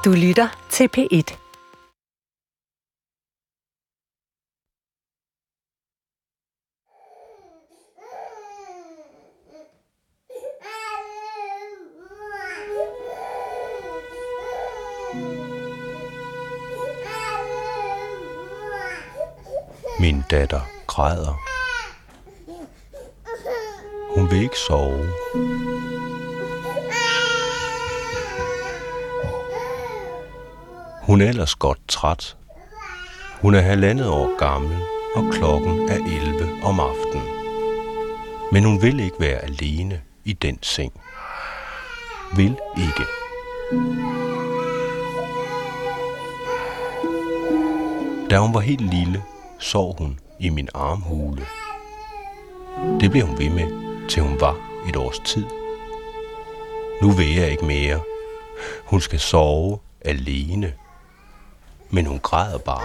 Du lytter til P1. Min datter græder. Hun vil ikke sove. Hun er ellers godt træt. Hun er 1,5 år gammel, og klokken er 11 om aftenen. Men hun vil ikke være alene i den seng. Vil ikke. Da hun var helt lille, sov hun i min armhule. Det blev hun ved med, til hun var 1 års tid. Nu vil jeg ikke mere. Hun skal sove alene. Men hun græder bare.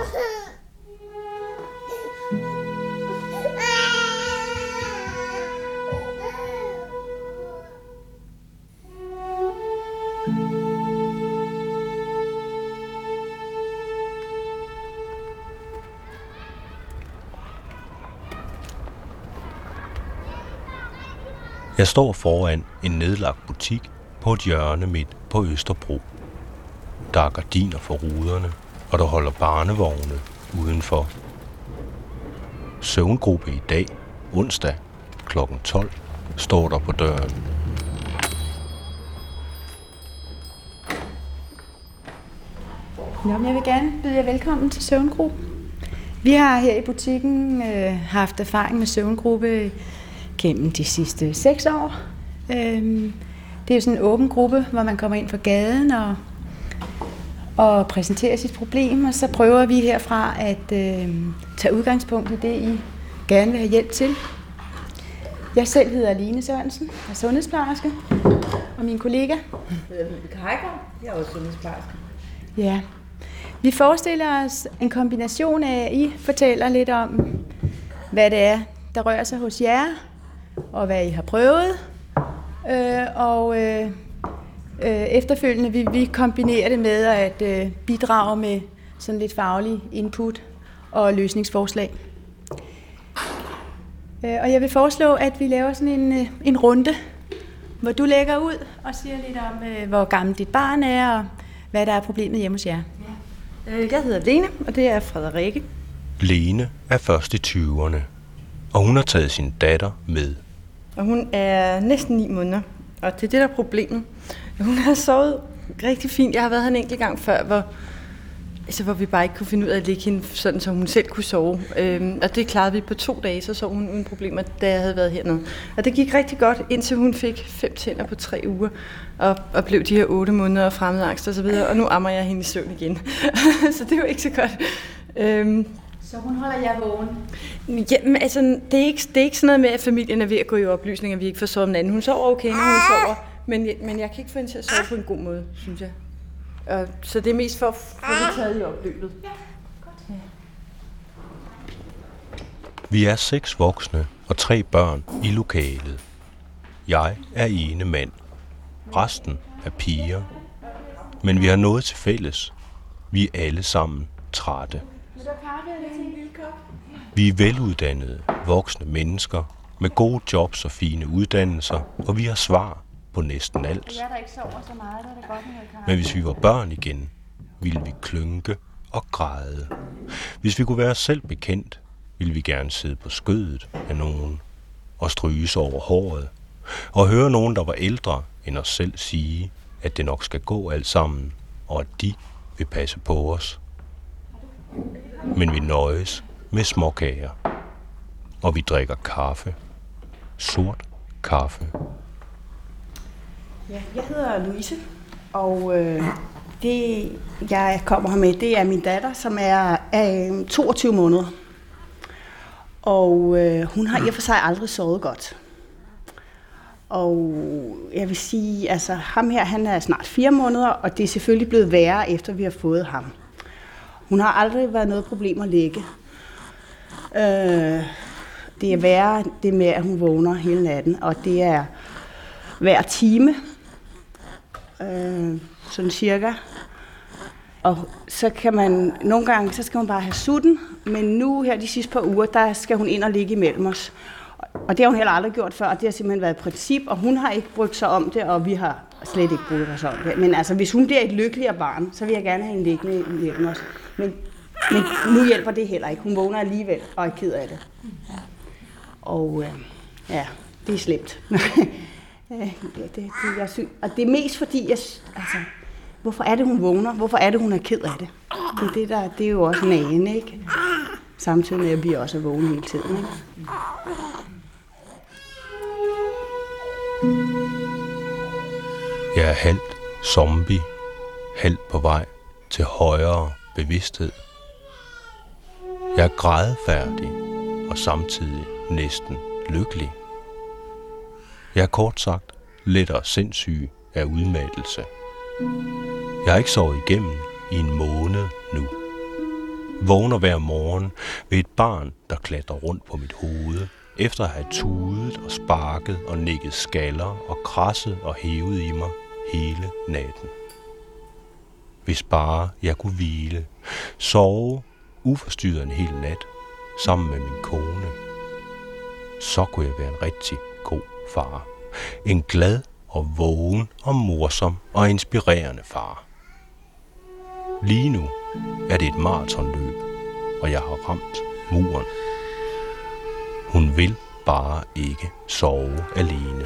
Jeg står foran en nedlagt butik på et hjørne midt på Østerbro. Der er gardiner for ruderne, og der holder barnevogne udenfor. Søvngruppe i dag, onsdag kl. 12, står der på døren. Jeg vil gerne byde jer velkommen til Søvngruppe. Vi har her i butikken haft erfaring med Søvngruppe gennem de sidste 6 år. Det er jo sådan en åben gruppe, hvor man kommer ind fra gaden og præsenterer sit problem, og så prøver vi herfra at tage udgangspunkt i det, I gerne vil have hjælp til. Jeg selv hedder Line Sørensen, jeg er sundhedsplejerske, og min kollega jeg er også sundhedsplejerske. Ja. Vi forestiller os en kombination af, at I fortæller lidt om, hvad det er, der rører sig hos jer, og hvad I har prøvet, efterfølgende vil vi kombinere det med at bidrage med sådan lidt faglig input og løsningsforslag. Og jeg vil foreslå, at vi laver sådan en runde, hvor du lægger ud og siger lidt om, hvor gammel dit barn er, og hvad der er problemet hjemme hos jer. Jeg hedder Lene, og det er Frederikke. Lene er først i 20'erne, og hun har taget sin datter med. Og hun er næsten 9 måneder, og det er det, der er problemet. Hun har sovet rigtig fint. Jeg har været her en enkelt gang før, hvor vi bare ikke kunne finde ud af at lægge hende sådan, så hun selv kunne sove. Og det klarede vi på 2 dage, så sov hun uden problemer, da jeg havde været hernede. Og det gik rigtig godt, indtil hun fik 5 tænder på 3 uger, og blev de her 8 måneder og fremmedangst og så videre. Og nu ammer jeg hende i søvn igen. Så det er jo ikke så godt. Så hun holder jer vågen? Jamen, altså, det er ikke sådan noget med, at familien er ved at gå i oplysning, at vi ikke får sovet om den anden. Hun sover okay, når hun sover, men jeg kan ikke få hende til at sove på en god måde, synes jeg. Så det er mest for at få det taget i opløbet. Ja, godt. Ja. Vi er 6 voksne og 3 børn i lokalet. Jeg er ene mand. Resten er piger. Men vi har noget til fælles. Vi er alle sammen trætte. Vi er veluddannede, voksne mennesker med gode jobs og fine uddannelser, og vi har svar på næsten alt. Men hvis vi var børn igen, ville vi klynke og græde. Hvis vi kunne være os selv bekendt, ville vi gerne sidde på skødet af nogen og stryge over håret og høre nogen, der var ældre end os selv, sige, at det nok skal gå alt sammen, og at de vil passe på os. Men vi nøjes med småkager, og vi drikker kaffe. Sort kaffe. Ja, jeg hedder Louise, og det, jeg kommer her med, det er min datter, som er 22 måneder. Og hun har i og for sig aldrig sovet godt. Og jeg vil sige, altså ham her, han er snart 4 måneder, og det er selvfølgelig blevet værre, efter vi har fået ham. Hun har aldrig været noget problem at lægge. Det er værre det med, at hun vågner hele natten, og det er hver time, sådan cirka. Og så kan man, nogle gange, så skal hun bare have sutten, men nu her de sidste par uger, der skal hun ind og ligge imellem os. Og det har hun heller aldrig gjort før, og det har simpelthen været et princip, og hun har ikke brugt sig om det, og vi har slet ikke brugt os om det. Men altså, hvis hun bliver et lykkeligere barn, så vil jeg gerne have hende liggende imellem os. Men nu hjælper det heller ikke. Hun vågner alligevel og er ked af det. Og ja, det er slemt. Og det er mest fordi, hvorfor er det, hun vågner? Hvorfor er det, hun er ked af det? Det er jo også en ane, ikke? Samtidig med, at vi også er vågne hele tiden, ikke? Jeg er halvt zombie, halvt på vej til højere bevidsthed. Jeg er grædefærdig og samtidig næsten lykkelig. Jeg er kort sagt lettere sindssyg af udmattelse. Jeg har ikke sovet igennem i en måned nu. Vågner hver morgen ved et barn, der klatrer rundt på mit hoved, efter at have tudet og sparket og nikket skaller og krasset og hævet i mig hele natten. Hvis bare jeg kunne hvile, sove uforstyrret en hel nat sammen med min kone, så kunne jeg være en rigtig god far. En glad og vågen og morsom og inspirerende far. Lige nu er det et maratonløb, og jeg har ramt muren. Hun vil bare ikke sove alene.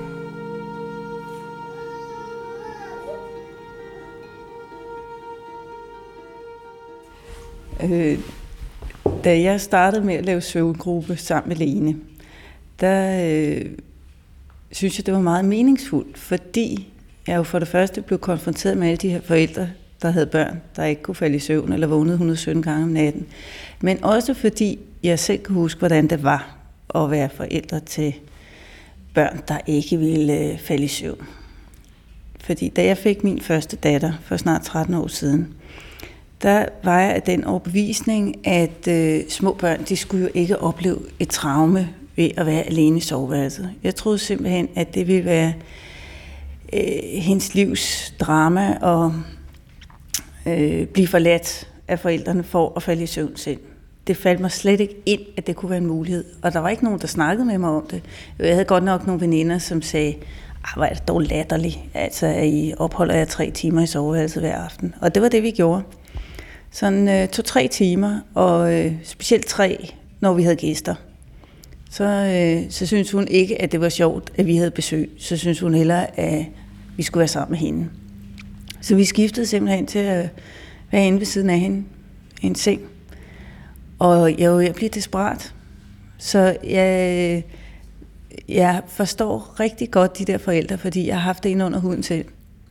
Da jeg startede med at lave søvngruppe sammen med Lene, der synes jeg, det var meget meningsfuldt, fordi jeg jo for det første blev konfronteret med alle de her forældre, der havde børn, der ikke kunne falde i søvn eller vågnede 117 gange om natten. Men også fordi jeg selv kunne huske, hvordan det var at være forældre til børn, der ikke ville falde i søvn. Fordi da jeg fik min første datter for snart 13 år siden, der var jeg af den overbevisning, at små børn, de skulle jo ikke opleve et traume ved at være alene i soveværelset. Jeg troede simpelthen, at det ville være hendes livs drama og blive forladt af forældrene for at falde i søvn selv. Det faldt mig slet ikke ind, at det kunne være en mulighed. Og der var ikke nogen, der snakkede med mig om det. Jeg havde godt nok nogle veninder, som sagde, hvor er det dog latterligt, altså at I opholder jer 3 timer i soveværelset hver aften. Og det var det, vi gjorde. Sådan 2-3 timer, og specielt 3, når vi havde gæster. Så synes hun ikke, at det var sjovt, at vi havde besøg. Så synes hun hellere, at vi skulle være sammen med hende. Så vi skiftede simpelthen til at være inde ved siden af hende i en seng. Og jeg bliver desperat. Så jeg forstår rigtig godt de der forældre, fordi jeg har haft det inde under huden selv.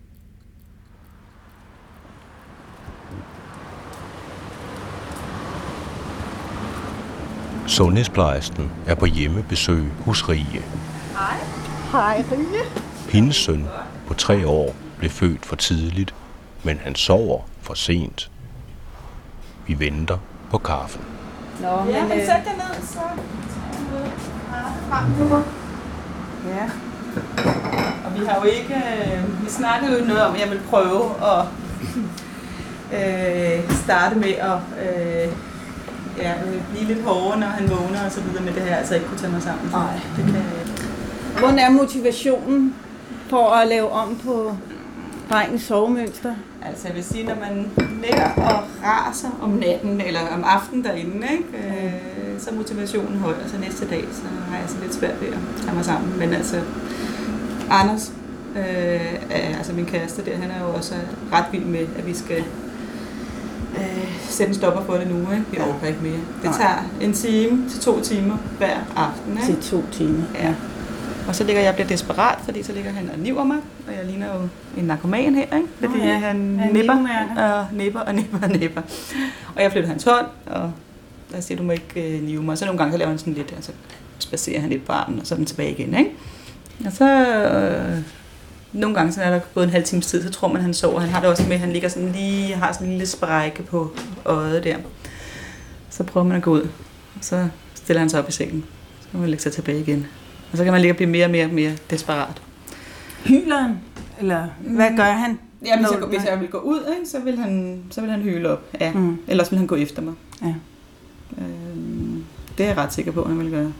Sundhedsplejersken er på hjemmebesøg hos Rie. Hej. Hej, Rie. Hendes søn på 3 år blev født for tidligt, men han sover for sent. Vi venter på kaffen. Nå, men sæt dig ned, så ja. Og vi har jo ikke, vi snakkede jo noget om, at jeg vil prøve at starte med at blive lidt hårdere, når han vågner og så videre med det her, altså ikke kunne tage mig sammen. Nej, det kan jeg ikke. Hvordan er motivationen for at lave om på drengens sovemønster? Altså jeg vil sige, når man ligger og raser om natten eller om aftenen derinde, ikke? Så er motivationen høj, og så næste dag, så har jeg så lidt svært ved at tage mig sammen. Men altså, Anders, altså min kæreste der, han er jo også ret vild med, at vi skal sætte en stopper for det nu, ikke? Vi orker ikke mere. Det tager 1 time til 2 timer hver aften, ikke? Til 2 timer, ja. Og så ligger jeg og bliver desperat, fordi så ligger han og niver mig, og jeg ligner jo en narkoman her, ikke? Fordi han nipper. Og jeg flytter hans hånd, og der siger, du må ikke nive mig. Så nogle gange så laver han sådan lidt, altså spacerer han lidt på armen, og så er den tilbage igen, ikke? Og så nogle gange, så er der gået en halv times tid, så tror man, at han sover. Han har det også med, at han ligger sådan lige, har sådan en lille sprække på øjet der. Så prøver man at gå ud, og så stiller han sig op i sengen. Så kan man lægge sig tilbage igen. Og så kan man ligge og blive mere og mere desperat. Hyler han? Eller hvad gør han? Ja, hvis jeg vil gå ud, ikke, så vil han hyle op. Ja. Ellers vil han gå efter mig. Ja. Det er jeg ret sikker på, at han vil gøre.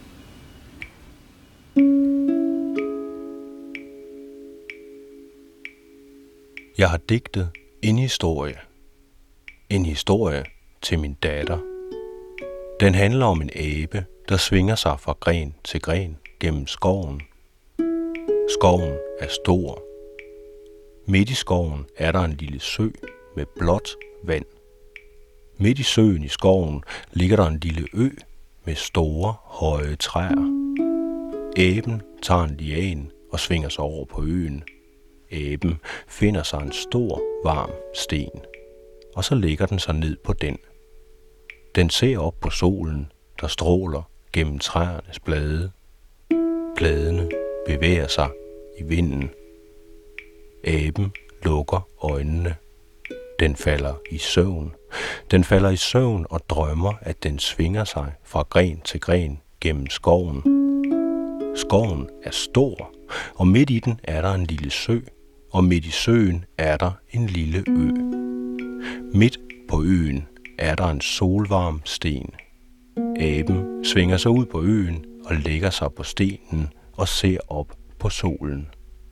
Jeg har digtet en historie. En historie til min datter. Den handler om en abe, der svinger sig fra gren til gren gennem skoven. Skoven er stor. Midt i skoven er der en lille sø med blåt vand. Midt i søen i skoven ligger der en lille ø med store, høje træer. Aben tager en lian og svinger sig over på øen. Aben finder sig en stor, varm sten, og så lægger den sig ned på den. Den ser op på solen, der stråler gennem træernes blade. Bladene bevæger sig i vinden. Aben lukker øjnene. Den falder i søvn. Den falder i søvn og drømmer, at den svinger sig fra gren til gren gennem skoven. Skoven er stor, og midt i den er der en lille sø, og midt i søen er der en lille ø. Midt på øen er der en solvarm sten. Aben svinger sig ud på øen og lægger sig på stenen og ser op på solen.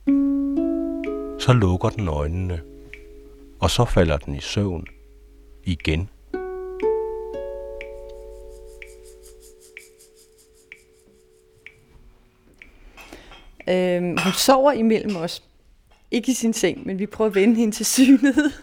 Så lukker den øjnene, og så falder den i søvn igen. Hun sover imellem os. Ikke i sin seng, men vi prøver at vende hende til synet.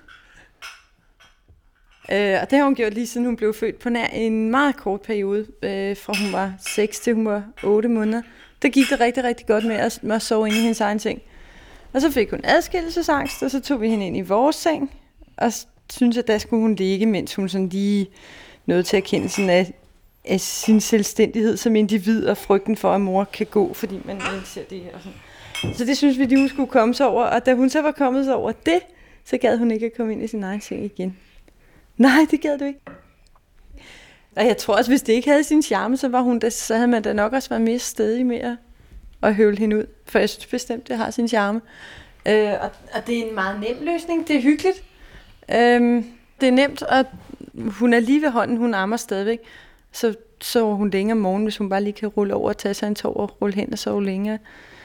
Og det har hun gjort lige siden hun blev født på nær en meget kort periode. Fra hun var 6 til hun var 8 måneder. Der gik det rigtig, rigtig godt med at sove inde i hendes egen seng. Og så fik hun adskillelsesangst, og så tog vi hende ind i vores seng. Og syntes, at der skulle hun ligge, mens hun sådan lige nåede til erkendelsen af sin selvstændighed som individ, og frygten for, at mor kan gå, fordi man ikke ser det her. Og sådan. Så det synes vi, at hun skulle komme sig over. Og da hun så var kommet sig over det, så gad hun ikke at komme ind i sin egen seng igen. Nej, det gad du ikke. Og jeg tror også, hvis det ikke havde sin charme, så havde man da nok også været mere stedig med at høvle hende ud. For jeg synes bestemt, det har sin charme. Og det er en meget nem løsning. Det er hyggeligt. Det er nemt, og hun er lige ved hånden. Hun ammer stadigvæk. Så sover hun længere om morgenen, hvis hun bare lige kan rulle over og tage sig en tår og rulle hen og sove længere.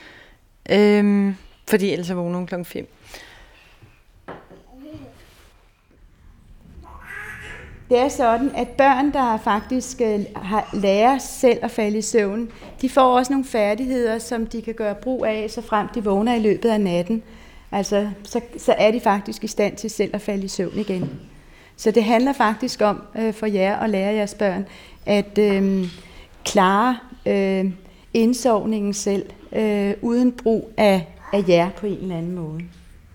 Fordi ellers så vågner hun klokken 5. Det er sådan, at børn, der faktisk lærer selv at falde i søvn, de får også nogle færdigheder, som de kan gøre brug af, så frem de vågner i løbet af natten. Altså, så er de faktisk i stand til selv at falde i søvn igen. Så det handler faktisk om for jer at lære jeres børn at klare indsovningen selv, uden brug af jer på en eller anden måde.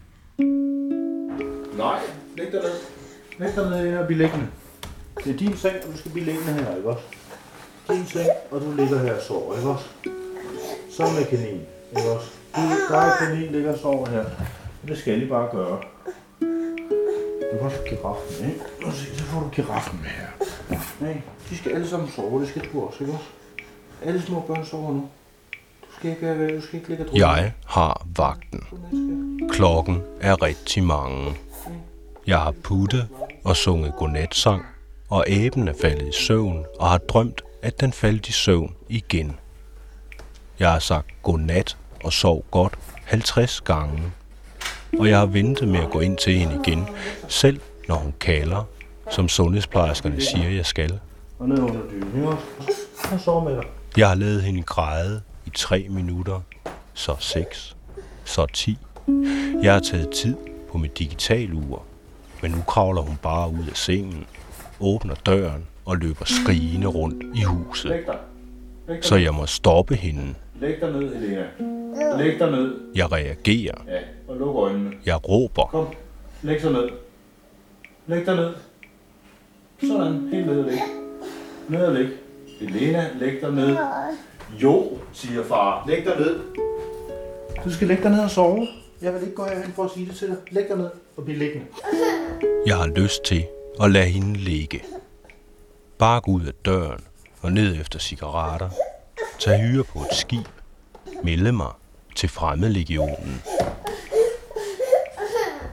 Nej, læg dig ned. Læg dig ned og bliv liggende. Det er din seng, og du skal blive liggende her, ikke også? Din seng, og du ligger her og sover, ikke også? Så med kanin, ikke også? Der kanin ligger og sover her. Det skal I bare gøre. Du kan også få giraffen, ikke? Og så får du giraffen med her. Nej, de skal alle sammen sove, det skal du også, ikke også? Alle små børn sover nu. Du skal ikke ligge og drømme. Jeg har vagten. Klokken er rigtig mange. Jeg har puttet og sunget godnatsang, og aben er faldet i søvn og har drømt, at den faldt i søvn igen. Jeg har sagt godnat og sov godt 50 gange, og jeg har ventet med at gå ind til hende igen, selv når hun kalder, som sundhedsplejerskerne siger, jeg skal. Og ned under dynen, ikke også? Og sov med dig. Jeg har ladet hende græde i 3 minutter, så 6, så 10. Jeg har taget tid på mit digitalur, men nu kravler hun bare ud af sengen, åbner døren og løber skrigende rundt i huset. Læg dig. Så jeg må stoppe hende. Læg dig ned, Helena. Læg dig ned. Jeg reagerer. Ja, og luk øjnene. Jeg råber. Kom, læg dig ned. Læg dig ned. Sådan, helt ned og læg. Ned og læg. Helena, læg dig ned. Jo, siger far. Læg dig ned. Du skal lægge dig ned og sove. Jeg vil ikke gå herhen for at sige det til dig. Læg dig ned og bliv liggende. Jeg har lyst til at lade hende ligge. Bare gå ud af døren og ned efter cigaretter. Tag hyre på et skib. Melde mig til Fremmedlegionen.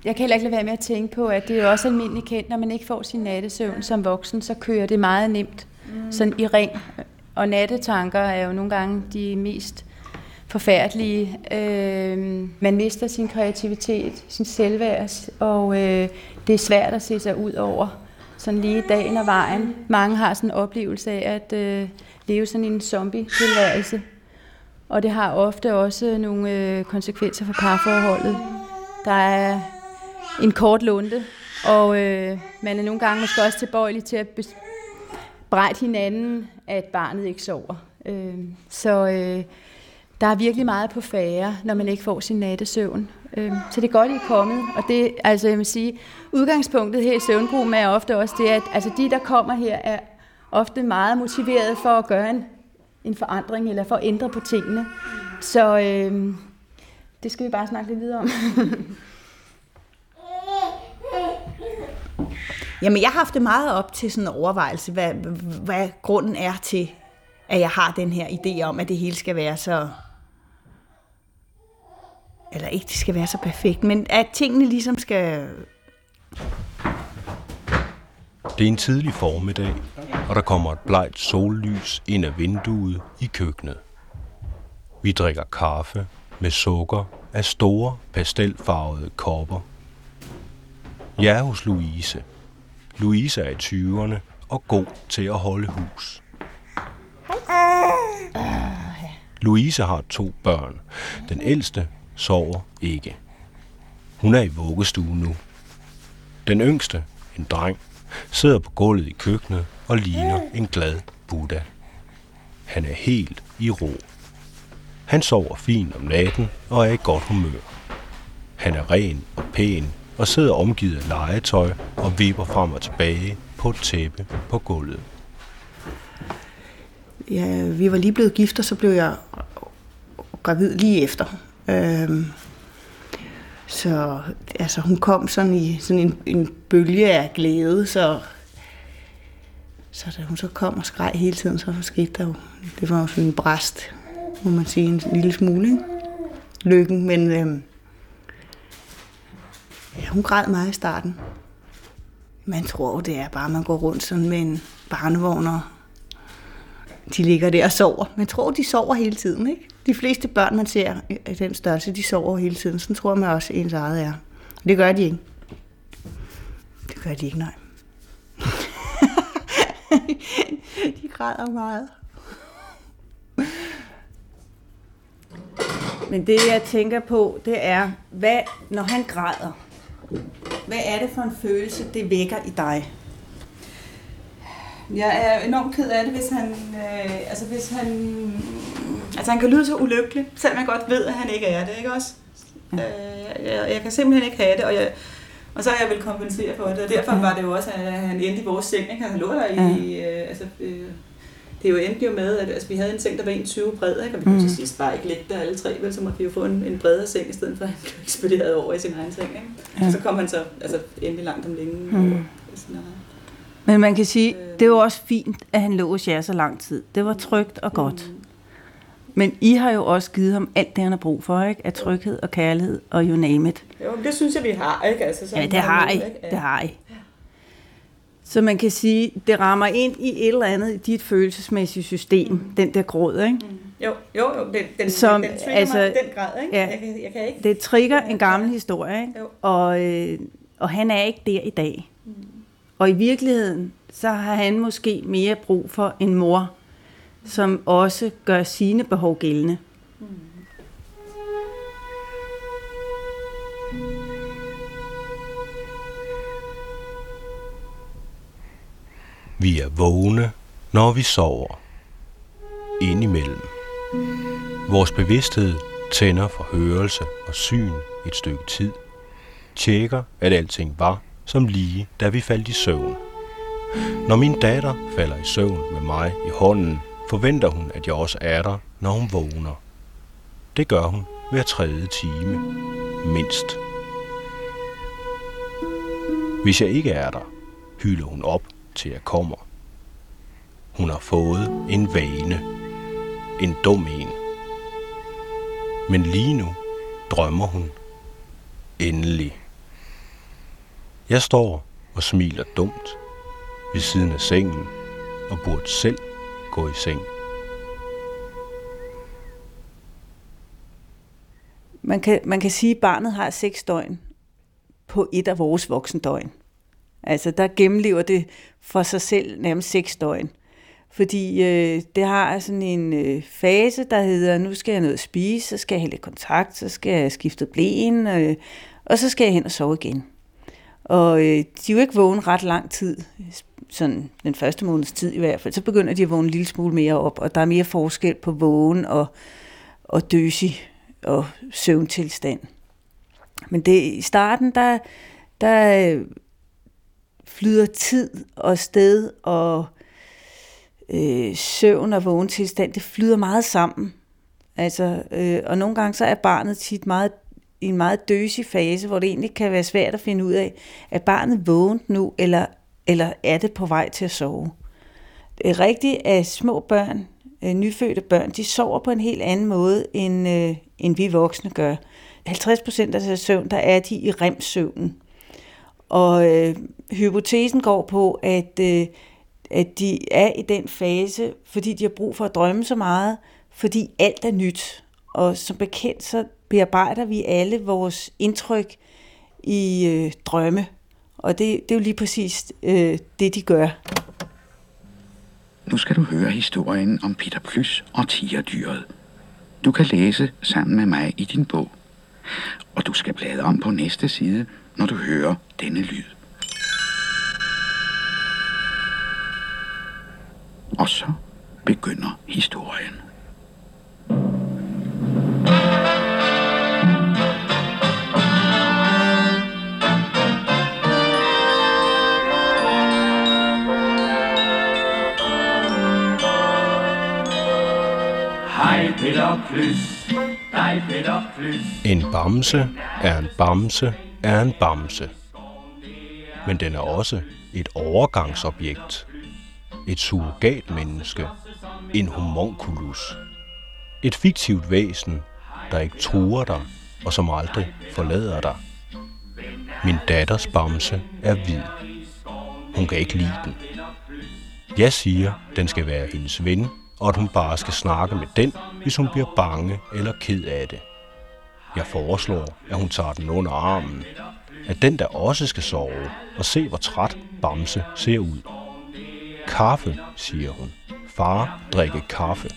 jeg kan heller ikke lade være med at tænke på, at det er jo også almindeligt kendt, når man ikke får sin nattesøvn som voksen, så kører det meget nemt sådan i ring. Og nattetanker er jo nogle gange de mest forfærdelige. Man mister sin kreativitet, sin selvværd, og det er svært at se sig ud over sådan lige dagen og vejen. Mange har sådan en oplevelse af at leve sådan en zombie-tilværelse. Og det har ofte også nogle konsekvenser for parforholdet. Der er en kort lunte, og man er nogle gange måske også tilbøjelig til at bebrejde hinanden, at barnet ikke sover. Så der er virkelig meget på færre, når man ikke får sin nattesøvn. Så det er godt, I er kommet. Og det, altså jeg vil sige, udgangspunktet her i søvngruppen er ofte også det, at altså de, der kommer her, er ofte meget motiveret for at gøre en forandring, eller for at ændre på tingene. Så det skal vi bare snakke lidt videre om. Jamen, jeg har haft det meget op til sådan en overvejelse, hvad grunden er til, at jeg har den her idé om, at det hele skal være så... Eller ikke, det skal være så perfekt, men at tingene ligesom skal... Det er en tidlig formiddag, og der kommer et blegt sollys ind af vinduet i køkkenet. Vi drikker kaffe med sukker af store pastelfarvede kopper. Jeg er hos Louise. Louise er i 20'erne og god til at holde hus. Louise har 2 børn. Den ældste sover ikke. Hun er i vuggestue nu. Den yngste, en dreng, sidder på gulvet i køkkenet og ligner en glad Buddha. Han er helt i ro. Han sover fint om natten og er i godt humør. Han er ren og pæn og sidder omgivet af legetøj og vipper frem og tilbage på et tæppe på gulvet. Ja, vi var lige blevet gift, og så blev jeg gravid lige efter. Så altså, hun kom sådan i sådan en bølge af glæde, så da hun så kom og skreg hele tiden, så skete der jo, det var jo sådan en bræst, må man sige, en lille smule, ikke? Lykken, men ja, hun græd meget i starten. Man tror, det er bare, at man går rundt sådan med en barnevogn, og de ligger der og sover. Man tror, de sover hele tiden, ikke? De fleste børn, man ser i den størrelse, de sover hele tiden. Sådan tror man også, ens eget er. Det gør de ikke. Det gør de ikke, nej. De græder meget. Men det, jeg tænker på, det er, når han græder, hvad er det for en følelse, det vækker i dig? Jeg er enormt ked af det, hvis han kan lyde så ulykkelig, selvom man godt ved, at han ikke er det, ikke også? Ja. Jeg kan simpelthen ikke have det, og så er jeg vel kompenseret for det, og derfor var det jo også, at han endte i vores seng, ikke? Han lå der det er jo endte jo med, at vi havde en seng, der var 1,20 bred, ikke? Og vi kunne til sidst bare ikke ligge der alle 3, vel? Så måtte vi jo få en bredere seng, i stedet for at han blev ekspederet over i sin egen seng, ikke? Ja. Og så kom han så endelig langt om længe. Men man kan sige, det var også fint, at han lå hos jer så lang tid. Det var trygt og godt. Men I har jo også givet ham alt det, han har brug for, ikke? Af tryghed og kærlighed og you name it. Jo, det synes jeg, vi har, ikke? Altså, ja, det har I. Det har I. Så man kan sige, det rammer ind i et eller andet i dit følelsesmæssige system, den der gråd, ikke? Jo, den trigger mig den grad, ikke? Ja, jeg kan ikke. Det trigger en gammel historie, ikke? Og han er ikke der i dag. Og i virkeligheden, så har han måske mere brug for en mor, som også gør sine behov gældende. Vi er vågne, når vi sover. Indimellem. Vores bevidsthed tænder for hørelse og syn et stykke tid. Tjekker, at alting var som lige, da vi faldt i søvn. Når min datter falder i søvn med mig i hånden, forventer hun, at jeg også er der, når hun vågner. Det gør hun hver 3. time. Mindst. Hvis jeg ikke er der, hyler hun op, til jeg kommer. Hun har fået en vane. En dum en. Men lige nu drømmer hun. Endelig. Jeg står og smiler dumt ved siden af sengen og burde selv gå i seng. Man kan sige, at barnet har 6 døgn på et af vores voksendøgn. Altså, der gennemlever det for sig selv nærmest 6 døgn. Fordi det har sådan en fase, der hedder, nu skal jeg noget at spise, så skal jeg have lidt kontakt, så skal jeg skifte blæen, og så skal jeg hen og sove igen. Og de er jo ikke vågne ret lang tid, sådan den første måneds tid i hvert fald. Så begynder de at vågne en lille smule mere op, og der er mere forskel på vågen og døsig og søvntilstand. Men i starten, der flyder tid og sted og søvn og vågentilstand, det flyder meget sammen. Altså, og nogle gange så er barnet tit i en meget døsig fase, hvor det egentlig kan være svært at finde ud af, er barnet vågent nu, eller er det på vej til at sove. Det er rigtigt, at små børn, nyfødte børn, de sover på en helt anden måde, end vi voksne gør. 50% af deres søvn, der er de i REM-søvnen. Og hypotesen går på, at de er i den fase, fordi de har brug for at drømme så meget, fordi alt er nyt. Og som bekendt, så bearbejder vi alle vores indtryk i drømme. Og det er jo lige præcis det, de gør. Nu skal du høre historien om Peter Plys og tigerdyret. Du kan læse sammen med mig i din bog. Og du skal bladre om på næste side, når du hører denne lyd. Og så begynder historien. Hej Peter Plys, dig Peter Plys. En bamse er en bamse er en bamse. Men den er også et overgangsobjekt. Et surrogatmenneske. En homunculus. Et fiktivt væsen, der ikke truer dig, og som aldrig forlader dig. Min datters bamse er hvid. Hun kan ikke lide den. Jeg siger, den skal være hendes ven, og at hun bare skal snakke med den, hvis hun bliver bange eller ked af det. Jeg foreslår, at hun tager den under armen. At den der også skal sove, og se hvor træt bamse ser ud. Kaffe, siger hun. Far, drikke kaffe.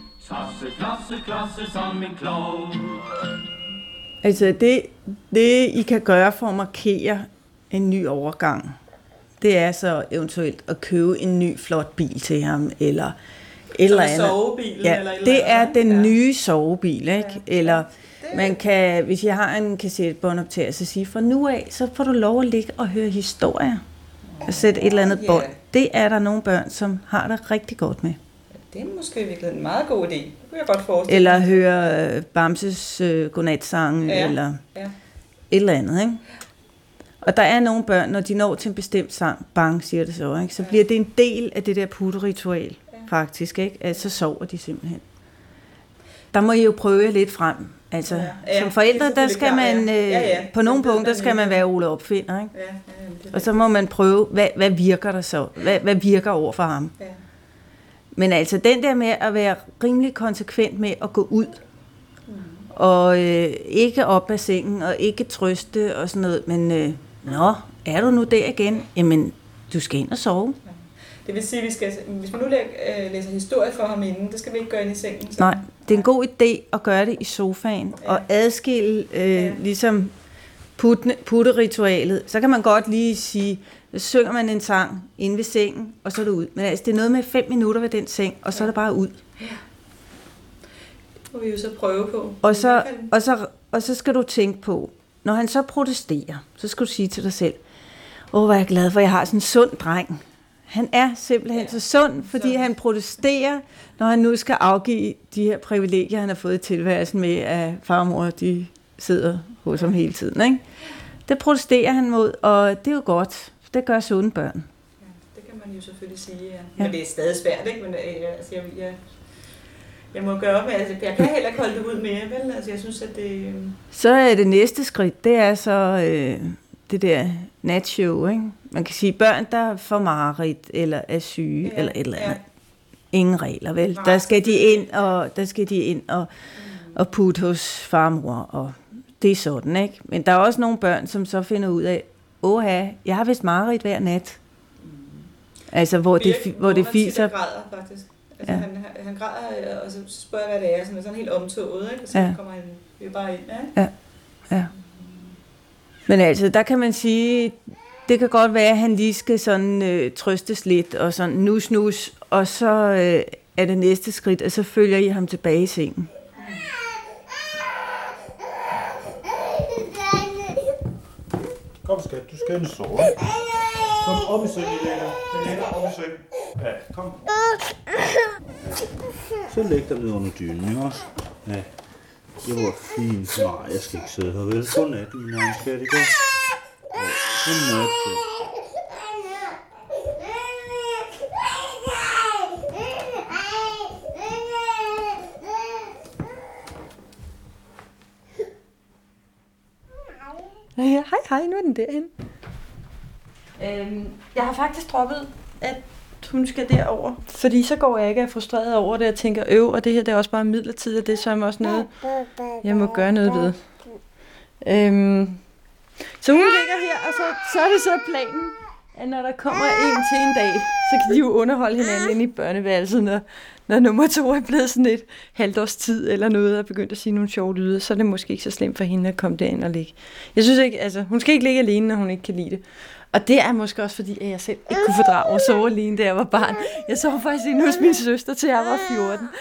Altså det I kan gøre for at markere en ny overgang, det er så eventuelt at købe en ny flot bil til ham, eller eller andet. Sovebilen, ja, eller det er den nye sovebil, ikke? Ja. Eller man kan, hvis jeg har en kassettebåndoptager, så sige, fra nu af, så får du lov at ligge og høre historier. Og sætte et eller andet bånd. Det er der nogle børn, som har det rigtig godt med. Det er måske virkelig en meget god idé. Det kunne jeg godt forestille. Eller høre Bamses godnatsang, eller et eller andet, ikke? Og der er nogle børn, når de når til en bestemt sang, bang, siger det så, ikke? Så bliver det en del af det der putteritual, faktisk, ikke? Altså, så sover de simpelthen. Der må I jo prøve lidt frem. Altså, som forældre, der skal man, på nogle punkter skal man være Ole Opfinder, ikke? Og så må man prøve, hvad virker der så? Hvad virker over for ham? Ja. Men altså, den der med at være rimelig konsekvent med at gå ud, og ikke op af sengen, og ikke trøste og sådan noget, men er du nu der igen? Jamen, du skal ind og sove. Ja. Det vil sige, hvis man nu læser historie for ham inden, det skal vi ikke gøre ind i sengen. Så. Nej, det er en god idé at gøre det i sofaen, og adskille ligesom putteritualet. Så kan man godt lige sige, så synger man en sang inde ved sengen, og så er det ud. Men altså, det er noget med 5 minutter ved den seng, og så er det bare ud. Ja. Det må vi jo så prøve på. Og så skal du tænke på, når han så protesterer, så skal du sige til dig selv, hvor er jeg glad for, at jeg har sådan en sund dreng. Han er simpelthen så sund, fordi han protesterer, når han nu skal afgive de her privilegier, han har fået i tilværelsen med, at far og mor, de sidder hos ham hele tiden, ikke? Det protesterer han mod, og det er jo godt. Det gør sunde børn. Ja, det kan man jo selvfølgelig sige, ja. Men det er stadig svært, ikke? Men altså, jeg må gøre op med, altså, jeg kan heller ikke holde det ud mere, vel? Altså, jeg synes, at det... Så er det næste skridt, det er så det der natshow, ikke? Man kan sige, børn, der får mareridt, eller er syge, eller et eller andet. Ingen regler, vel? Der skal de ind og putte hos farmor, og det er sådan, ikke? Men der er også nogle børn, som så finder ud af, jeg har vist mareridt hver nat. Altså, hvor det fiser. Han græder, faktisk. Altså, han græder, og så spørger jeg, hvad det er. Sådan helt omtoget, ikke? Og så kommer han jo bare ind, ikke? Ja. Men altså, der kan man sige, det kan godt være, at han lige skal sådan trøstes lidt, og sådan nus, og så er det næste skridt, og så følger I ham tilbage i sengen. Kom skat, du skal ind og sove. Kom op i sengen, Elena. Op i sengen. Ja, kom. Så læg dig ned under dynen, ikke også? Ja. Det var fint. Nej, jeg skal ikke sidde her, vel? Godnat, min egen skat, ikke også? Ja, godnat. Ja, hej, nu er den derhen. Jeg har faktisk droppet, at hun skal derover, fordi så går jeg ikke og er frustreret over det, og tænker, og det her det er også bare midlertidigt, og det er så også noget, jeg må gøre noget ved. Så hun ligger her, og så er det så planen, at når der kommer en til en dag, så kan de jo underholde hinanden inde i børneværelset, når nummer 2 er blevet sådan et halvt års tid eller noget, og begyndt at sige nogle sjove lyde, så er det måske ikke så slemt for hende at komme derind og ligge. Jeg synes ikke, altså, hun skal ikke ligge alene, når hun ikke kan lide det. Og det er måske også fordi, at jeg selv ikke kunne fordrage at sove alene, da jeg var barn. Jeg sov faktisk inde hos min søster, til jeg var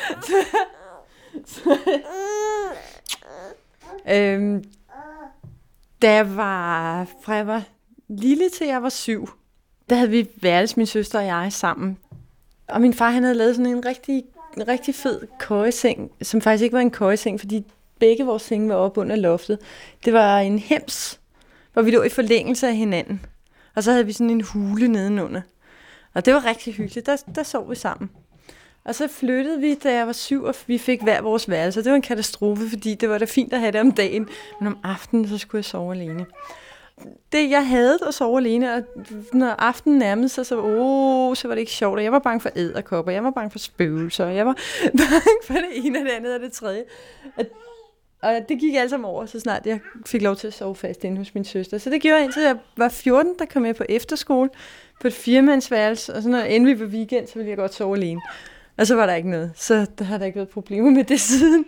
14. Da jeg var lille til jeg var 7, der havde vi værelses, min søster og jeg, sammen. Og min far, han havde lavet sådan en rigtig fed køjeseng, som faktisk ikke var en køjeseng, fordi begge vores senge var oppe under loftet. Det var en hems, hvor vi lå i forlængelse af hinanden. Og så havde vi sådan en hule nedenunder. Og det var rigtig hyggeligt. Der sov vi sammen. Og så flyttede vi, da jeg var 7, og vi fik hver vores værelse. Det var en katastrofe, fordi det var da fint at have det om dagen. Men om aftenen, så skulle jeg sove alene. Jeg havde at sove alene, og når aftenen nærmede sig, så var det ikke sjovt. Og jeg var bange for edderkopper, jeg var bange for spøgelser, jeg var bange for det ene og det andet og det tredje. Og det gik alt sammen over, så snart jeg fik lov til at sove fast inde hos min søster. Så det gjorde jeg indtil jeg var 14, der kom jeg på efterskole på et 4-mandsværelse, og så når endelig var weekend, så ville jeg godt sove alene. Og så var der ikke noget, så der har der ikke været problemer med det siden.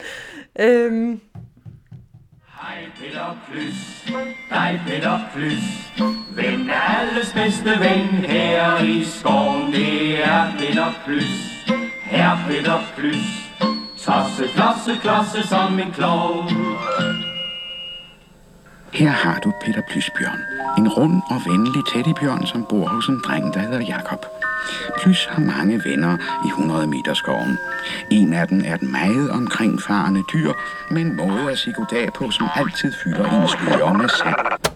Hej Peter Plys, dig Peter Plys. Hvem er alles bedste ven her i skoven? Det er Peter Plys, herr Peter Plys. Tosse, klosse, klosse som en klovn. Her har du Peter Plysbjørn, en rund og venlig teddybjørn, som bor hos en dreng, der hedder Jakob. Plys har mange venner i 100-meterskoven. En af dem er et meget omkringfarende dyr, med en måde at sige goddag på, som altid fylder ens ører med sand.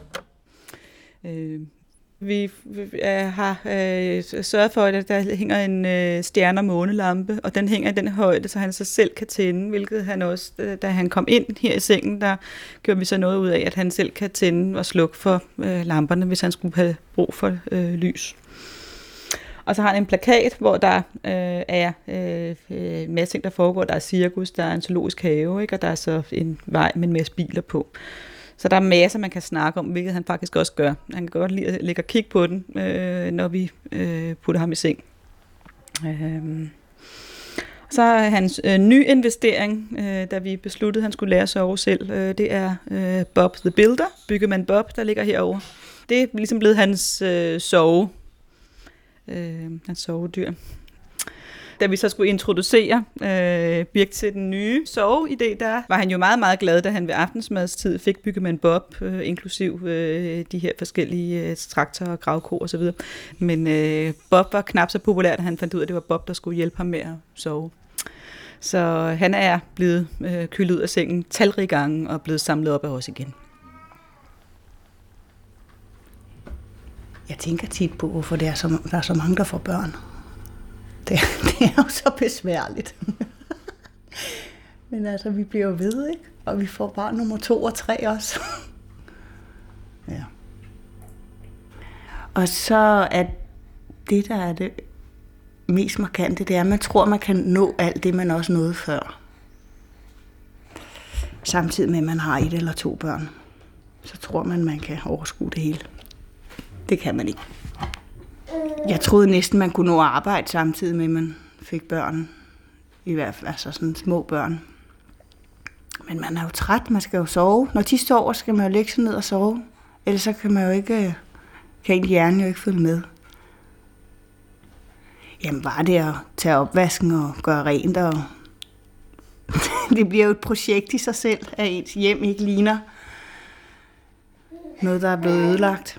Vi har sørget for, at der hænger en stjerne- og månelampe, og den hænger i den højde, så han så selv kan tænde, hvilket han også, da han kom ind her i sengen, der gjorde vi så noget ud af, at han selv kan tænde og slukke for lamperne, hvis han skulle have brug for lys. Og så har han en plakat, hvor der er en masse ting, der foregår. Der er cirkus, der er en zoologisk have, ikke? Og der er så en vej med en masse biler på. Så der er masser, man kan snakke om, hvilket han faktisk også gør. Han kan godt lide at lægge og kigge på den, når vi putter ham i seng. Så er hans ny investering, da vi besluttede, at han skulle lære at sove selv, det er Bob the Builder, byggemand Bob, der ligger herovre. Det er ligesom blevet hans hans sovedyr. Da vi så skulle introducere Birk til den nye soveidé, der var han jo meget, meget glad, da han ved aftensmadstid fik byggemand Bob, inklusiv de her forskellige traktorer og gravko og så videre. Men Bob var knap så populær, da han fandt ud af, at det var Bob, der skulle hjælpe ham med at sove. Så han er blevet kylet ud af sengen talrige gange og blevet samlet op af os igen. Jeg tænker tit på, hvorfor der er så mange, der får børn. Det er jo så besværligt. Men altså, vi bliver ved, ikke? Og vi får barn nummer 2 og 3 også. Ja. Og så er det, der er det mest markante, det er, at man tror, man kan nå alt det, man også nåede før. Samtidig med, at man har 1 eller 2 børn, så tror man kan overskue det hele. Det kan man ikke. Jeg troede næsten, man kunne nå at arbejde samtidig med, at man fik børn. I hvert fald altså sådan små børn. Men man er jo træt, man skal jo sove. Når de sover, skal man jo lægge sig ned og sove. Ellers så kan man jo ikke, kan hjernen jo ikke følge med. Jamen bare det at tage opvasken og gøre rent. Og det bliver jo et projekt i sig selv, at ens hjem ikke ligner noget, der er blevet ødelagt.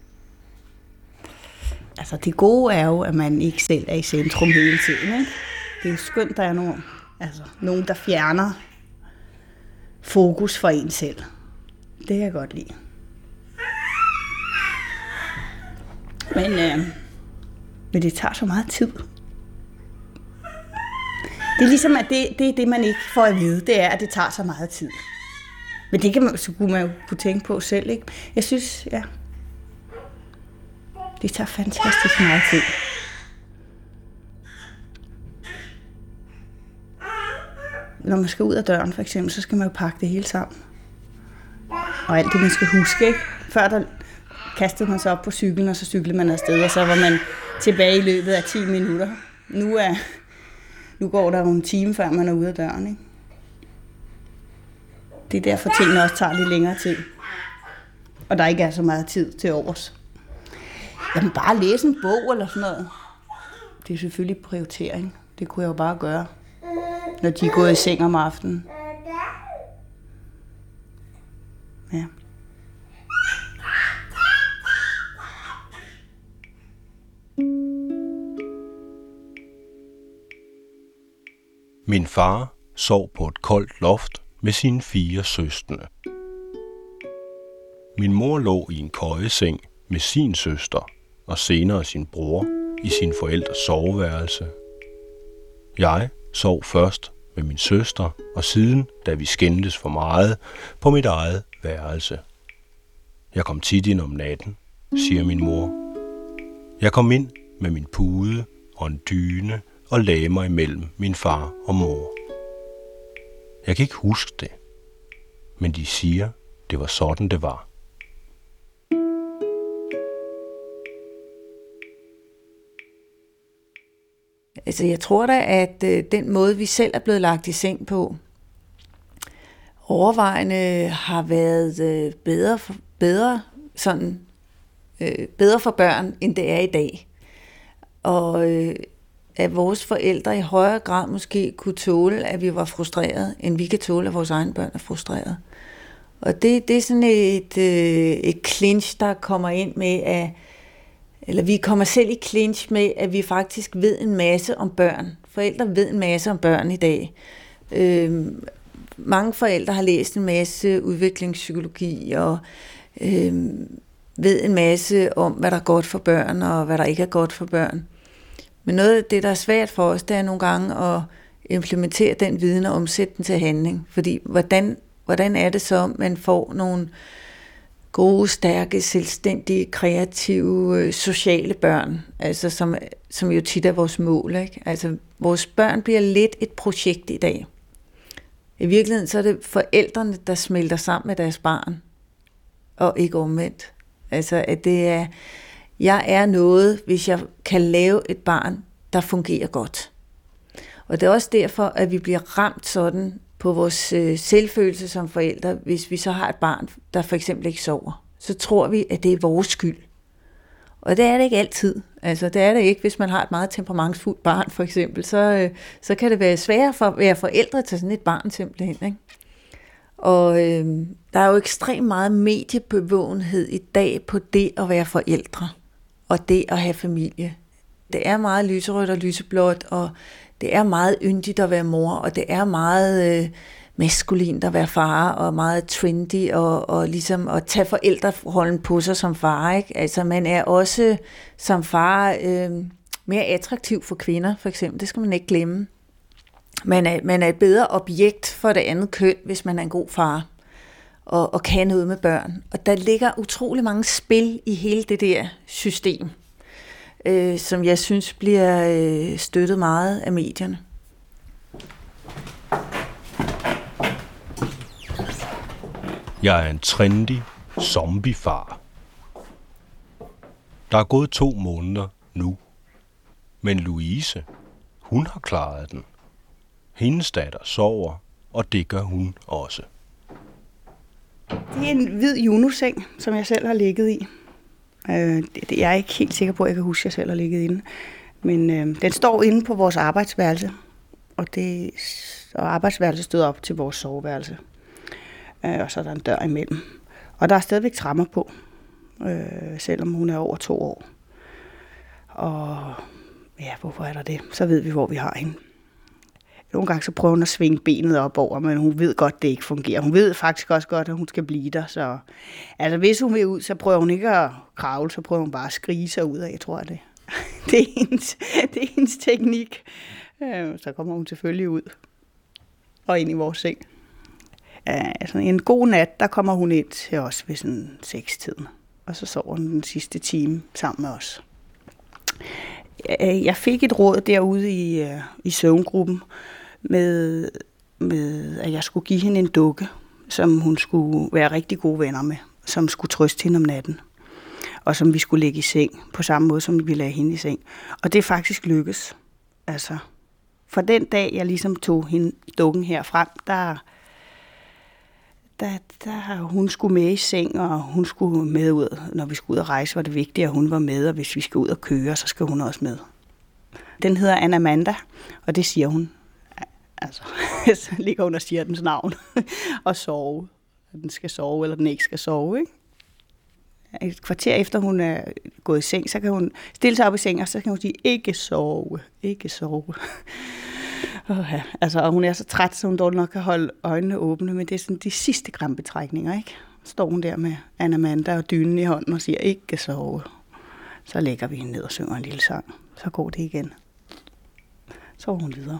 Altså det gode er jo, at man ikke selv er i centrum hele tiden. Ikke? Det er jo skønt, der er nogen, der fjerner fokus fra en selv. Det kan jeg godt lide. Men det tager så meget tid. Det er ligesom, at det er det, man ikke får at vide. Det er, at det tager så meget tid. Men det skulle man jo kunne tænke på selv, ikke? Jeg synes, ja. Det tager fantastisk meget tid. Når man skal ud af døren, for eksempel, så skal man jo pakke det hele sammen. Og alt det, man skal huske, ikke? Før der kastede man sig op på cyklen, og så cyklede man afsted, og så var man tilbage i løbet af 10 minutter. Nu går der jo en time, før man er ude af døren, ikke? Det er derfor, tingene også tager lidt længere tid. Og der ikke er så meget tid til overs. Jamen bare læse en bog eller sådan noget. Det er selvfølgelig prioritering. Det kunne jeg jo bare gøre, når de er gået i seng om aftenen. Ja. Min far sov på et koldt loft med sine 4 søskende. Min mor lå i en køjeseng med sin søster og senere sin bror i sin forældres soveværelse. Jeg sov først med min søster og siden, da vi skændtes for meget, på mit eget værelse. Jeg kom tit ind om natten, siger min mor. Jeg kom ind med min pude og en dyne og lagde mig imellem min far og mor. Jeg kan ikke huske det, men de siger, det var sådan, det var. Altså, jeg tror da, at den måde, vi selv er blevet lagt i seng på, overvejende har været bedre for børn, end det er i dag. Og at vores forældre i højere grad måske kunne tåle, at vi var frustrerede, end vi kan tåle, at vores egne børn er frustrerede. Og det er sådan et clinch, der kommer ind med, eller vi kommer selv i clinch med, at vi faktisk ved en masse om børn. Forældre ved en masse om børn i dag. Mange forældre har læst en masse udviklingspsykologi og ved en masse om, hvad der er godt for børn og hvad der ikke er godt for børn. Men noget af det, der er svært for os, det er nogle gange at implementere den viden og omsætte den til handling. Fordi hvordan er det så, man får nogle gode, stærke, selvstændige, kreative, sociale børn, altså som jo tit er vores mål, ikke? Altså, vores børn bliver lidt et projekt i dag. I virkeligheden så er det forældrene, der smelter sammen med deres barn, og ikke omvendt. Altså, at det er, jeg er noget, hvis jeg kan lave et barn, der fungerer godt. Og det er også derfor, at vi bliver ramt sådan på vores selvfølelse som forældre, hvis vi så har et barn, der for eksempel ikke sover. Så tror vi, at det er vores skyld. Og det er det ikke altid. Altså, det er det ikke, hvis man har et meget temperamentsfuldt barn, for eksempel. Så kan det være sværere for at være forældre til sådan et barn simpelthen, ikke? Og der er jo ekstremt meget mediebevågenhed i dag på det at være forældre, og det at have familie. Det er meget lyserødt og lyseblåt, og det er meget yndigt at være mor, og det er meget maskulint at være far, og meget trendy, og ligesom at tage forældrerollen på sig som far, ikke? Altså man er også som far mere attraktiv for kvinder, for eksempel. Det skal man ikke glemme. Man er et bedre objekt for det andet køn, hvis man er en god far. og kan noget med børn. Og der ligger utrolig mange spil i hele det der system, som jeg synes bliver støttet meget af medierne. Jeg er en trendy zombiefar. Der er gået 2 måneder nu, men Louise, hun har klaret den. Hendes datter sover, og det gør hun også. Det er en hvid Juno-seng, som jeg selv har ligget i. Jeg er ikke helt sikker på, at jeg kan huske, at jeg selv har ligget inde. Men den står inde på vores arbejdsværelse, og arbejdsværelset stod op til vores soveværelse. Og så er der en dør imellem. Og der er stadigvæk tremmer på, selvom hun er over 2 år. Og ja, hvorfor er der det? Så ved vi, hvor vi har hende. Nogle gange så prøver hun at svinge benet op over, men hun ved godt, det ikke fungerer. Hun ved faktisk også godt, at hun skal blive der. Så altså, hvis hun vil ud, så prøver hun ikke at kravle, så prøver hun bare at skrige sig ud af, jeg tror, det er hendes teknik. Så kommer hun selvfølgelig ud og ind i vores seng. Altså en god nat, der kommer hun ind til os ved sådan 6-tiden, og så sover hun den sidste time sammen med os. Jeg fik et råd derude i søvngruppen med, at jeg skulle give hende en dukke, som hun skulle være rigtig gode venner med, som skulle trøste hende om natten, og som vi skulle lægge i seng, på samme måde som vi lagde hende i seng. Og det er faktisk lykkes. Altså, for den dag, jeg ligesom tog hende dukken her frem, der hun skulle med i seng, og hun skulle med ud. Når vi skulle ud og rejse, var det vigtigt, at hun var med, og hvis vi skal ud og køre, så skal hun også med. Den hedder Anamanda, og det siger hun. Altså, så ligger hun og siger dens navn. Og sove. Den skal sove, eller den ikke skal sove, ikke? Et kvarter efter hun er gået i seng, så kan hun stille sig op i seng, og så kan hun sige, ikke sove, ikke sove. Altså, og hun er så træt, så hun dårligt nok kan holde øjnene åbne, men det er sådan de sidste krampetrækninger, ikke? Så står hun der med Anamanda og dynen i hånden og siger, ikke sove. Så lægger vi hende ned og synger en lille sang. Så går det igen. Så hun videre.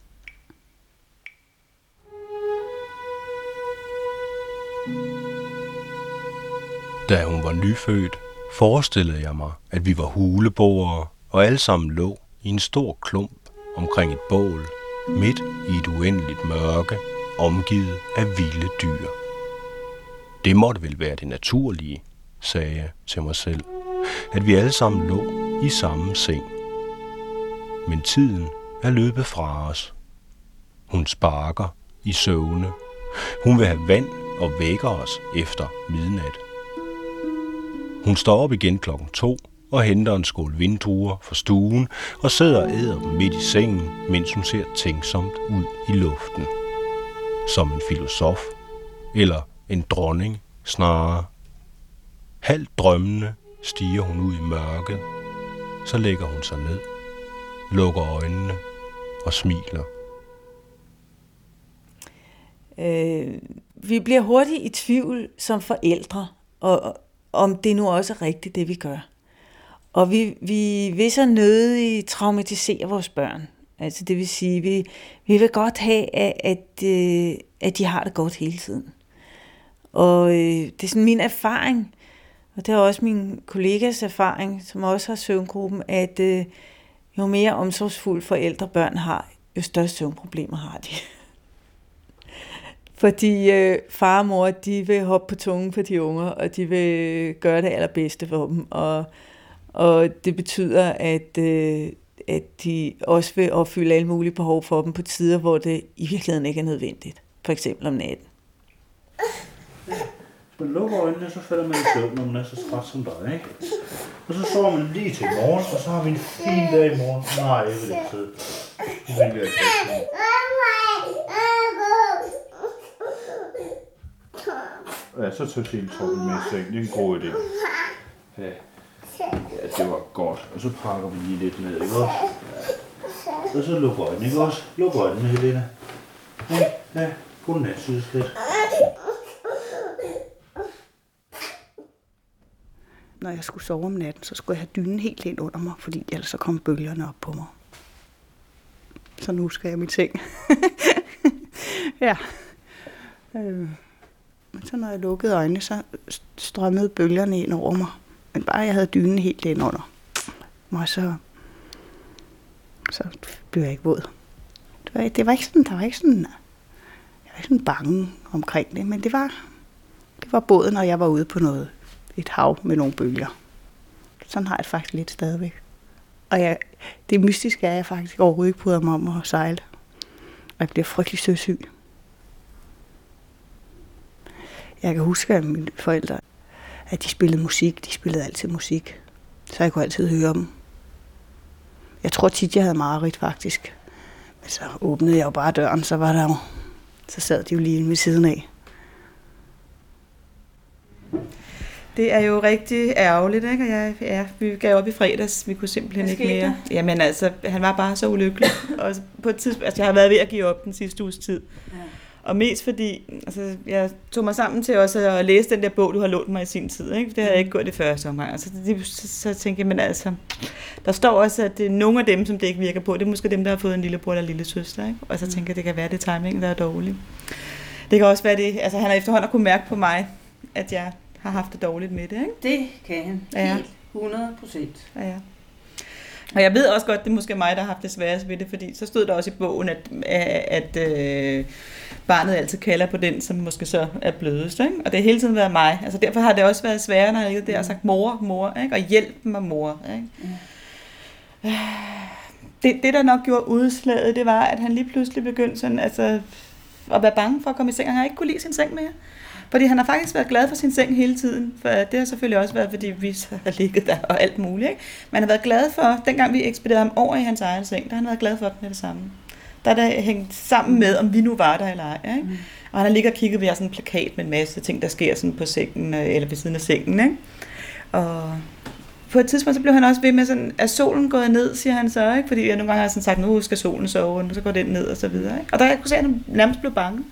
Da hun var nyfødt, forestillede jeg mig, at vi var huleboere, og alle sammen lå i en stor klump omkring et bål, midt i et uendeligt mørke, omgivet af vilde dyr. Det måtte vel være det naturlige, sagde jeg til mig selv, at vi alle sammen lå i samme seng. Men tiden er løbet fra os. Hun sparker i søvne. Hun vil have vand og vækker os efter midnat. Hun står op igen 2:00 og henter en skål vindruer fra stuen og sidder og æder dem midt i sengen, mens hun ser tænksomt ud i luften. Som en filosof, eller en dronning snarere. Halvt drømmende stiger hun ud i mørket, så lægger hun sig ned, lukker øjnene og smiler. Vi bliver hurtigt i tvivl som forældre, og om det nu også er rigtigt, det vi gør. Og vi vil så nødigt traumatisere vores børn. Altså det vil sige, vi vil godt have, at de har det godt hele tiden. Og det er sådan min erfaring, og det er også min kollegas erfaring, som også har søvngruppen, at jo mere omsorgsfulde forældre børn har, jo større søvnproblemer har de. Fordi far og mor, de vil hoppe på tungen for de unger, og de vil gøre det allerbedste for dem. Og det betyder, at de også vil opfylde alle mulige behov for dem på tider, hvor det i virkeligheden ikke er nødvendigt. For eksempel om natten. Man lukker øjnene, så falder man i søvn, når man er så træt som dig, ikke? Og så sover man lige til morgen, og så har vi en fin dag i morgen. Nej, jeg vil ikke sidde. Det vil jeg ikke. Ja, så tager Signe Torben med i seng. Det er en god idé. Ja, det var godt. Og så pakker vi lige lidt ned, ikke også? Ja. Og så lukker øjnene, ikke også? Luk øjnene, Helena. Ja, godnat, sydskridt. Når jeg skulle sove om natten, så skulle jeg have dynen helt ind under mig, fordi ellers så kom bølgerne op på mig. Så nu skal jeg i min seng. Ja. Men Så når jeg lukkede øjnene, så strømmede bølgerne ind over mig. Men bare jeg havde dynen helt ind under mig, så blev jeg ikke våd. Det var ikke sådan, jeg var ikke sådan bange omkring det, men det var båden, og jeg var ude på et hav med nogle bølger. Sådan har jeg det faktisk lidt stadigvæk. Og det mystiske er, at jeg faktisk overhovedet ikke bryder mig om at sejle. Og jeg bliver frygtelig søsyg. Jeg kan huske, at mine forældre, at de spillede musik. De spillede altid musik. Så jeg kunne altid høre dem. Jeg tror tit, jeg havde mareridt faktisk. Men så åbnede jeg jo bare døren, så sad de jo lige ved siden af. Det er jo rigtig ærgerligt, ikke? Og vi gav op i fredags, vi kunne simpelthen ikke mere. Jamen altså, han var bare så ulykkelig. Og på et tidspunkt, jeg har været ved at give op den sidste uges tid. Ja. Og mest fordi, jeg tog mig sammen til også at læse den der bog, du har lånt mig i sin tid, ikke? Det havde jeg ikke gjort i første omgang. Så tænkte jeg, men altså, der står også, at det er nogle af dem, som det ikke virker på, det er måske dem, der har fået en lillebror eller lille søster, ikke? Og så tænker jeg, det kan være, det timing, der er dårligt. Det kan også være det, altså han har efterhånden kunne mærke på mig, at jeg har haft det dårligt med det, ikke? Det kan han. Ja. Helt 100%. Ja. Og jeg ved også godt, det er måske mig, der har haft det sværest ved det, fordi så stod der også i bogen, at barnet altid kalder på den, som måske så er blødest, ikke? Og det har hele tiden været mig. Altså derfor har det også været sværere, når jeg har sagt mor, ikke? Og hjælp mig, mor, ikke? Ja. Det, der nok gjorde udslaget, det var, at han lige pludselig begyndte sådan, altså, at være bange for at komme i seng. Han har ikke kunne lide sin seng mere. Fordi han har faktisk været glad for sin seng hele tiden. For det har selvfølgelig også været, fordi vi har ligget der og alt muligt. Ikke? Men han har været glad for, dengang vi ekspederede ham over i hans egen seng, der har han været glad for den med det samme. Der er det hængt sammen med, om vi nu var der eller ej. Ikke? Og han har ligget og kigget ved sådan en plakat med en masse ting, der sker sådan på sengen, eller ved siden af sengen. Ikke? Og på et tidspunkt, så blev han også ved med sådan, er solen gået ned, siger han så, ikke? Fordi jeg nogle gange har sådan sagt, nu skal solen sove, og så går den ned og så videre. Ikke? Og der kunne se, at han nærmest blev bange.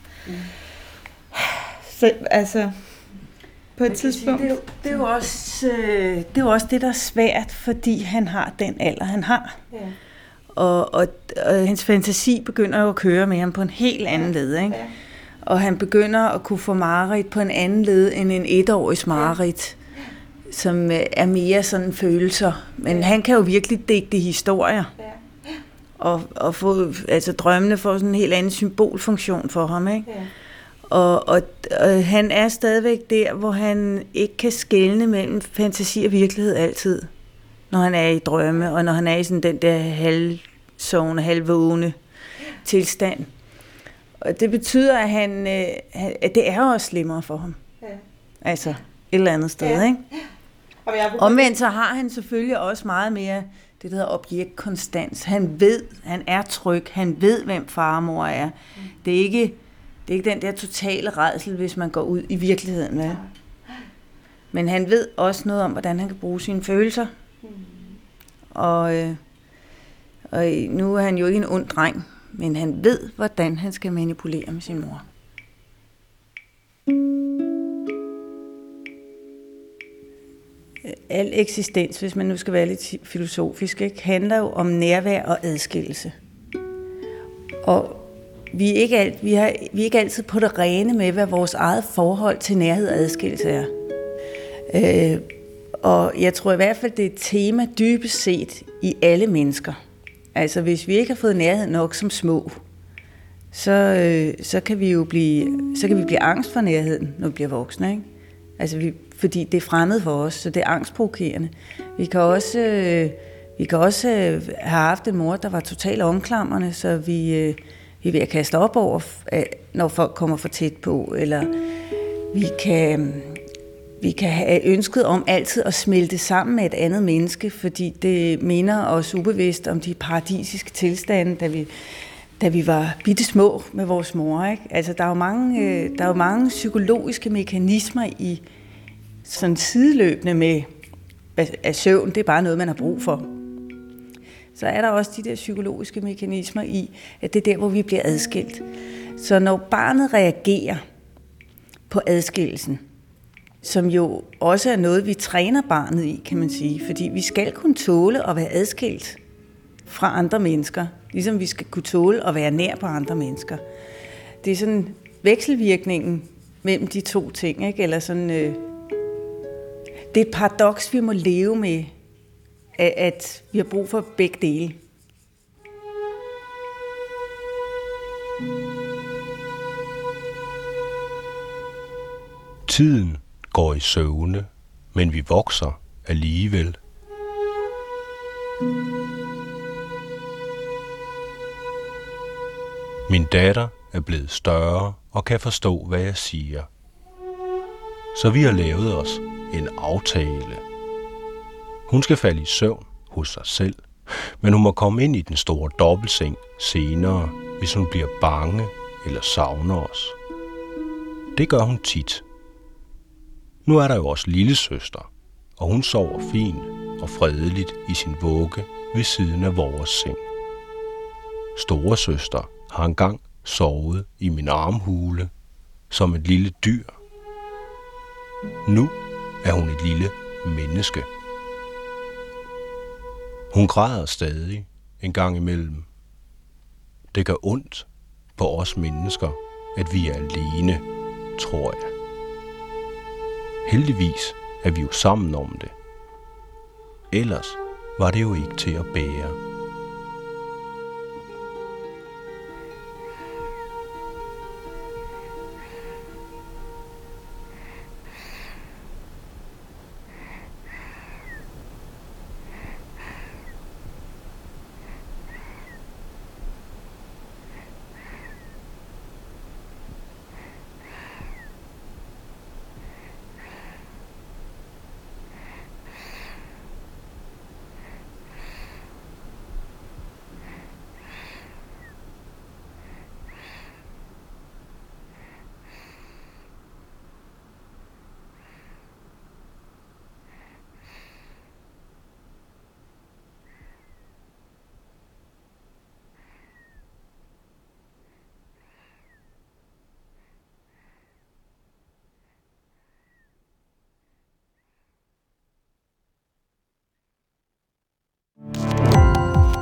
Så altså, på et tidspunkt... Sige, det er jo også det, der er svært, fordi han har den alder, han har. Ja. Og hans fantasi begynder jo at køre med ham på en helt anden led, ikke? Ja. Og han begynder at kunne få mareridt på en anden led end en etårigs mareridt, som er mere sådan følelser. Men han kan jo virkelig digte historier. Ja. Og få, altså drømmene får sådan en helt anden symbolfunktion for ham, ikke? Ja. Og han er stadigvæk der, hvor han ikke kan skelne mellem fantasi og virkelighed altid, når han er i drømme, og når han er i sådan den der halvsovende, halvvågne tilstand. Og det betyder, at det er også slemmere for ham. Ja. Altså et eller andet sted, ja. Ikke? Omvendt så har han selvfølgelig også meget mere det, der hedder objektkonstans. Han ved, han er tryg, han ved, hvem far og mor er. Det er ikke den der totale rædsel, hvis man går ud i virkeligheden med. Men han ved også noget om, hvordan han kan bruge sine følelser. Og nu er han jo ikke en ond dreng, men han ved, hvordan han skal manipulere med sin mor. Al eksistens, hvis man nu skal være lidt filosofisk, ikke, handler jo om nærvær og adskillelse. Og vi er ikke altid på det rene med, hvad vores eget forhold til nærhed og adskillelse er. Og jeg tror i hvert fald, det er et tema dybest set i alle mennesker. Altså hvis vi ikke har fået nærhed nok som små, så kan vi blive angst for nærheden, når vi bliver voksne, ikke? Altså fordi det er fremmed for os, så det er angstprovokerende. Vi kan også have haft en mor, der var totalt omklamrende, så vi er ved at kaste op over, når folk kommer for tæt på, eller vi kan have ønsket om altid at smelte sammen med et andet menneske, fordi det minder os ubevidst om de paradisiske tilstande, da vi var bitte små med vores mor, ikke? Altså der er jo mange psykologiske mekanismer i sådan sideløbende med at søvn, det er bare noget man har brug for. Så er der også de der psykologiske mekanismer i, at det er der, hvor vi bliver adskilt. Så når barnet reagerer på adskillelsen, som jo også er noget, vi træner barnet i, kan man sige, fordi vi skal kunne tåle at være adskilt fra andre mennesker, ligesom vi skal kunne tåle at være nær på andre mennesker. Det er sådan vekselvirkningen mellem de to ting, ikke? Eller sådan, det er et paradoks, vi må leve med, at vi har brug for begge dele. Tiden går i søvne, men vi vokser alligevel. Min datter er blevet større og kan forstå, hvad jeg siger. Så vi har lavet os en aftale. Hun skal falde i søvn hos sig selv, men hun må komme ind i den store dobbeltseng senere, hvis hun bliver bange eller savner os. Det gør hun tit. Nu er der jo også lillesøster, og hun sover fint og fredeligt i sin vugge ved siden af vores seng. Storesøster har engang sovet i min armhule som et lille dyr. Nu er hun et lille menneske. Hun græder stadig en gang imellem. Det gør ondt på os mennesker, at vi er alene, tror jeg. Heldigvis er vi jo sammen om det. Ellers var det jo ikke til at bære.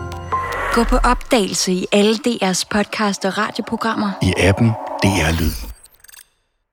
Gå på opdagelse i alle DR's podcast og radioprogrammer. I appen DR Lyd.